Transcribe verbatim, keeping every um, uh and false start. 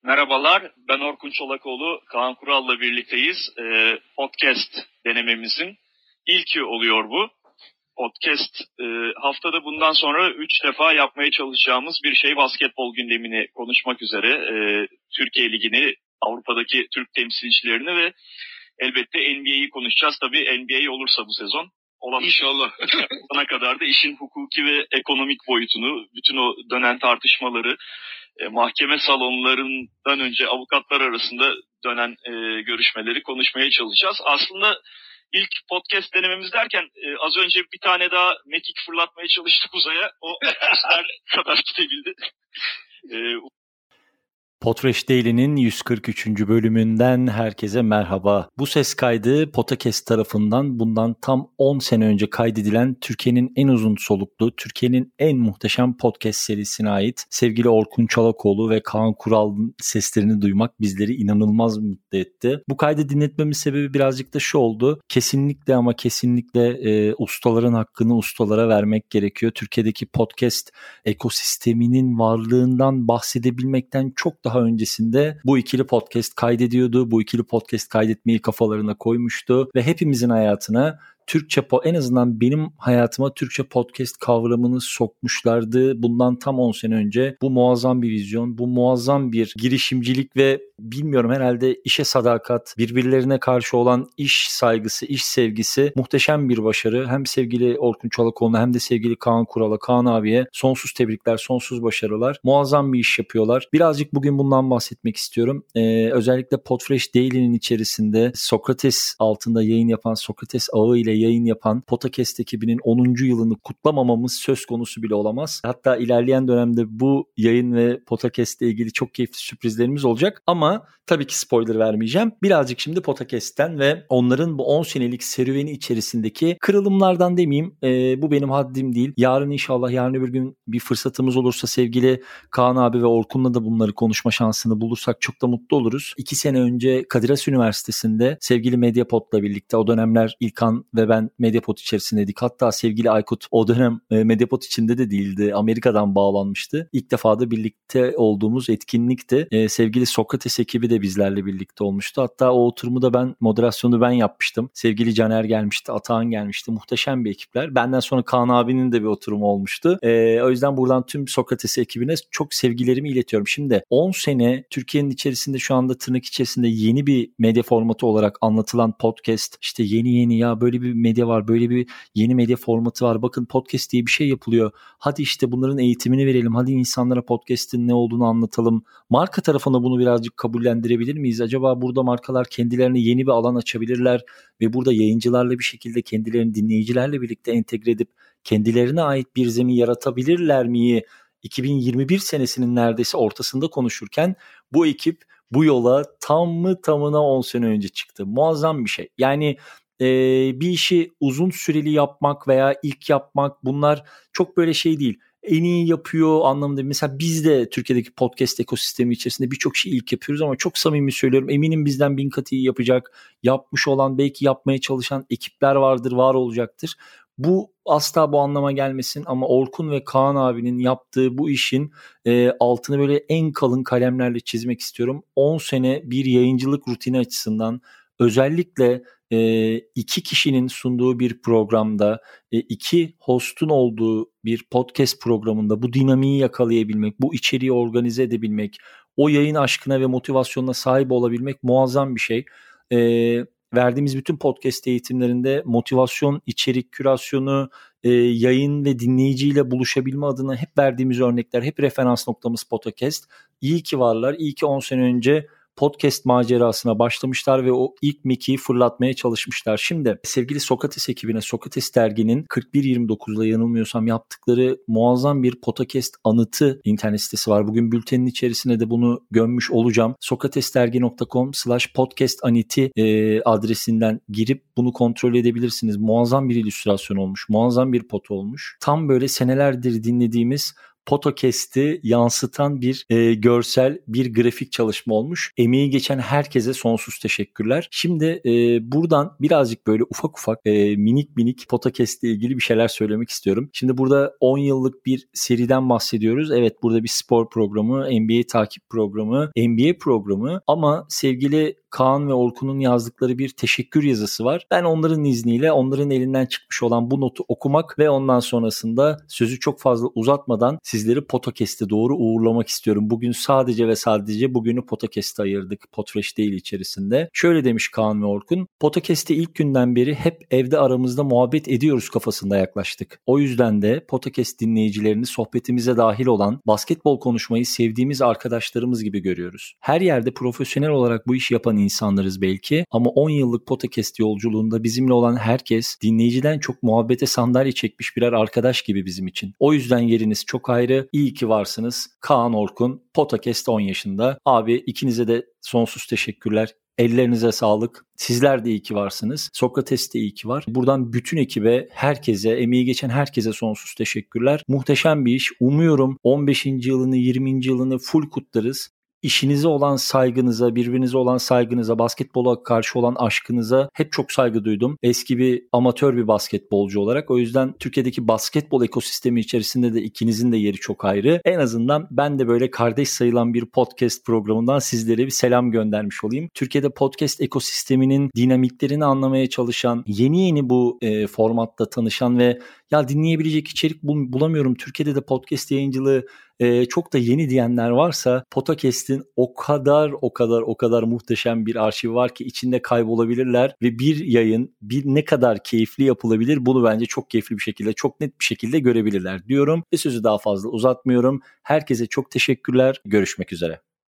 Merhabalar, ben Orkun Çolakoğlu, Kaan Kural'la birlikteyiz. Ee, podcast denememizin ilki oluyor bu. Podcast e, haftada bundan sonra üç defa yapmaya çalışacağımız bir şey, basketbol gündemini konuşmak üzere. E, Türkiye Ligi'ni, Avrupa'daki Türk temsilcilerini ve elbette N B A'yi konuşacağız. Tabii N B A olursa bu sezon. Olan İnşallah. Ona kadar da işin hukuki ve ekonomik boyutunu, bütün o dönen tartışmaları, e, mahkeme salonlarından önce avukatlar arasında dönen e, görüşmeleri konuşmaya çalışacağız. Aslında ilk podcast denememiz derken e, az önce bir tane daha mekik fırlatmaya çalıştık uzaya. O işler kadar gidebildi. E, Potreş Daily'nin yüz kırk üçüncü bölümünden herkese merhaba. Bu ses kaydı Podcast tarafından bundan tam on sene önce kaydedilen Türkiye'nin en uzun soluklu, Türkiye'nin en muhteşem podcast serisine ait. Sevgili Orkun Çolakoğlu ve Kaan Kural'ın seslerini duymak bizleri inanılmaz mutlu etti. Bu kaydı dinletmemin sebebi birazcık da şu oldu. Kesinlikle ama kesinlikle e, ustaların hakkını ustalara vermek gerekiyor. Türkiye'deki podcast ekosisteminin varlığından bahsedebilmekten çok daha öncesinde bu ikili podcast kaydediyordu. Bu ikili podcast kaydetmeyi kafalarına koymuştu ve hepimizin hayatına Türkçe, en azından benim hayatıma Türkçe podcast kavramını sokmuşlardı. Bundan tam on sene önce bu muazzam bir vizyon, bu muazzam bir girişimcilik ve bilmiyorum herhalde işe sadakat, birbirlerine karşı olan iş saygısı, iş sevgisi muhteşem bir başarı. Hem sevgili Orkun Çolakoğlu'na hem de sevgili Kaan Kural'a, Kaan abiye sonsuz tebrikler, sonsuz başarılar. Muazzam bir iş yapıyorlar. Birazcık bugün bundan bahsetmek istiyorum. Ee, özellikle Potreş Daily'nin içerisinde Sokrates altında yayın yapan, Sokrates ağı ile yayın yapan Podcast ekibinin onuncu yılını kutlamamamız söz konusu bile olamaz. Hatta ilerleyen dönemde bu yayın ve Podcast ile ilgili çok keyifli sürprizlerimiz olacak ama tabii ki spoiler vermeyeceğim. Birazcık şimdi Podcast'ten ve onların bu on senelik serüveni içerisindeki kırılımlardan demeyeyim. E, bu benim haddim değil. Yarın inşallah, yarın öbür gün bir fırsatımız olursa sevgili Kaan abi ve Orkun'la da bunları konuşma şansını bulursak çok da mutlu oluruz. İki sene önce Kadir Has Üniversitesi'nde sevgili Mediapod'la birlikte, o dönemler İlkan ve ben Mediapod içerisindeydik. Hatta sevgili Aykut o dönem e, Mediapod içinde de değildi. Amerika'dan bağlanmıştı. İlk defa da birlikte olduğumuz etkinlikti. E, sevgili Sokrates ekibi de bizlerle birlikte olmuştu. Hatta o oturumu da ben, moderasyonu ben yapmıştım. Sevgili Caner gelmişti, Atahan gelmişti. Muhteşem bir ekipler. Benden sonra Kaan abinin de bir oturumu olmuştu. E, o yüzden buradan tüm Sokrates ekibine çok sevgilerimi iletiyorum. Şimdi on sene Türkiye'nin içerisinde, şu anda tırnak içerisinde yeni bir medya formatı olarak anlatılan podcast. İşte yeni yeni ya böyle bir medya var, böyle bir yeni medya formatı var. Bakın podcast diye bir şey yapılıyor. Hadi işte bunların eğitimini verelim. Hadi insanlara podcast'in ne olduğunu anlatalım. Marka tarafına bunu birazcık kabullendirebilir miyiz? Acaba burada markalar kendilerine yeni bir alan açabilirler ve burada yayıncılarla bir şekilde kendilerini dinleyicilerle birlikte entegre edip kendilerine ait bir zemin yaratabilirler miyi? iki bin yirmi bir senesinin neredeyse ortasında konuşurken bu ekip bu yola tam mı tamına on sene önce çıktı. Muazzam bir şey. Yani Ee, bir işi uzun süreli yapmak veya ilk yapmak, bunlar çok böyle şey değil. En iyi yapıyor anlamında. Mesela biz de Türkiye'deki podcast ekosistemi içerisinde birçok şey ilk yapıyoruz ama çok samimi söylüyorum, eminim bizden bin kat iyi yapacak, yapmış olan, belki yapmaya çalışan ekipler vardır, var olacaktır. Bu asla bu anlama gelmesin ama Orkun ve Kaan abinin yaptığı bu işin e, altını böyle en kalın kalemlerle çizmek istiyorum. on sene bir yayıncılık rutini açısından, özellikle e, iki kişinin sunduğu bir programda, e, iki hostun olduğu bir podcast programında bu dinamiği yakalayabilmek, bu içeriği organize edebilmek, o yayın aşkına ve motivasyonuna sahip olabilmek muazzam bir şey. E, verdiğimiz bütün podcast eğitimlerinde motivasyon, içerik kürasyonu, e, yayın ve dinleyiciyle buluşabilme adına hep verdiğimiz örnekler, hep referans noktamız Podcast. İyi ki varlar, iyi ki on sene önce podcast macerasına başlamışlar ve o ilk mekiği fırlatmaya çalışmışlar. Şimdi sevgili Sokrates ekibine, Sokrates derginin kırk bir yirmi dokuzda yanılmıyorsam yaptıkları muazzam bir podcast anıtı internet sitesi var. Bugün bültenin içerisine de bunu gömmüş olacağım. sokratesdergi nokta com slash podcast anıtı e, adresinden girip bunu kontrol edebilirsiniz. Muazzam bir illüstrasyon olmuş, muazzam bir foto olmuş. Tam böyle senelerdir dinlediğimiz Potokest'i yansıtan bir e, görsel, bir grafik çalışma olmuş. Emeği geçen herkese sonsuz teşekkürler. Şimdi e, buradan birazcık böyle ufak ufak e, minik minik Potokest'le ilgili bir şeyler söylemek istiyorum. Şimdi burada on yıllık bir seriden bahsediyoruz. Evet, burada bir spor programı, N B A takip programı, N B A programı ama sevgili Kaan ve Orkun'un yazdıkları bir teşekkür yazısı var. Ben onların izniyle onların elinden çıkmış olan bu notu okumak ve ondan sonrasında sözü çok fazla uzatmadan sizleri Potokest'e doğru uğurlamak istiyorum. Bugün sadece ve sadece bugünü Potokest'e ayırdık. Potreş değil içerisinde. Şöyle demiş Kaan ve Orkun. Potokest'e ilk günden beri hep evde aramızda muhabbet ediyoruz kafasında yaklaştık. O yüzden de Potokest dinleyicilerini sohbetimize dahil olan, basketbol konuşmayı sevdiğimiz arkadaşlarımız gibi görüyoruz. Her yerde profesyonel olarak bu işi yapan insanlarız belki ama on yıllık Potokest yolculuğunda bizimle olan herkes dinleyiciden çok muhabbete sandalye çekmiş birer arkadaş gibi bizim için. O yüzden yeriniz çok ayrı. İyi ki varsınız. Kaan Orkun, Potokest on yaşında. Abi ikinize de sonsuz teşekkürler. Ellerinize sağlık. Sizler de iyi ki varsınız. Sokrates de iyi ki var. Buradan bütün ekibe, herkese, emeği geçen herkese sonsuz teşekkürler. Muhteşem bir iş. Umuyorum on beşinci yılını, yirminci yılını full kutlarız. İşinize olan saygınıza, birbirinize olan saygınıza, basketbola karşı olan aşkınıza hep çok saygı duydum. Eski bir amatör bir basketbolcu olarak. O yüzden Türkiye'deki basketbol ekosistemi içerisinde de ikinizin de yeri çok ayrı. En azından ben de böyle kardeş sayılan bir podcast programından sizlere bir selam göndermiş olayım. Türkiye'de podcast ekosisteminin dinamiklerini anlamaya çalışan, yeni yeni bu e, formatta tanışan ve ya dinleyebilecek içerik bul- bulamıyorum. Türkiye'de de podcast yayıncılığı Ee, çok da yeni diyenler varsa Potokest'in o kadar o kadar o kadar muhteşem bir arşivi var ki içinde kaybolabilirler ve bir yayın bir ne kadar keyifli yapılabilir bunu bence çok keyifli bir şekilde, çok net bir şekilde görebilirler diyorum ve sözü daha fazla uzatmıyorum. Herkese çok teşekkürler. Görüşmek üzere.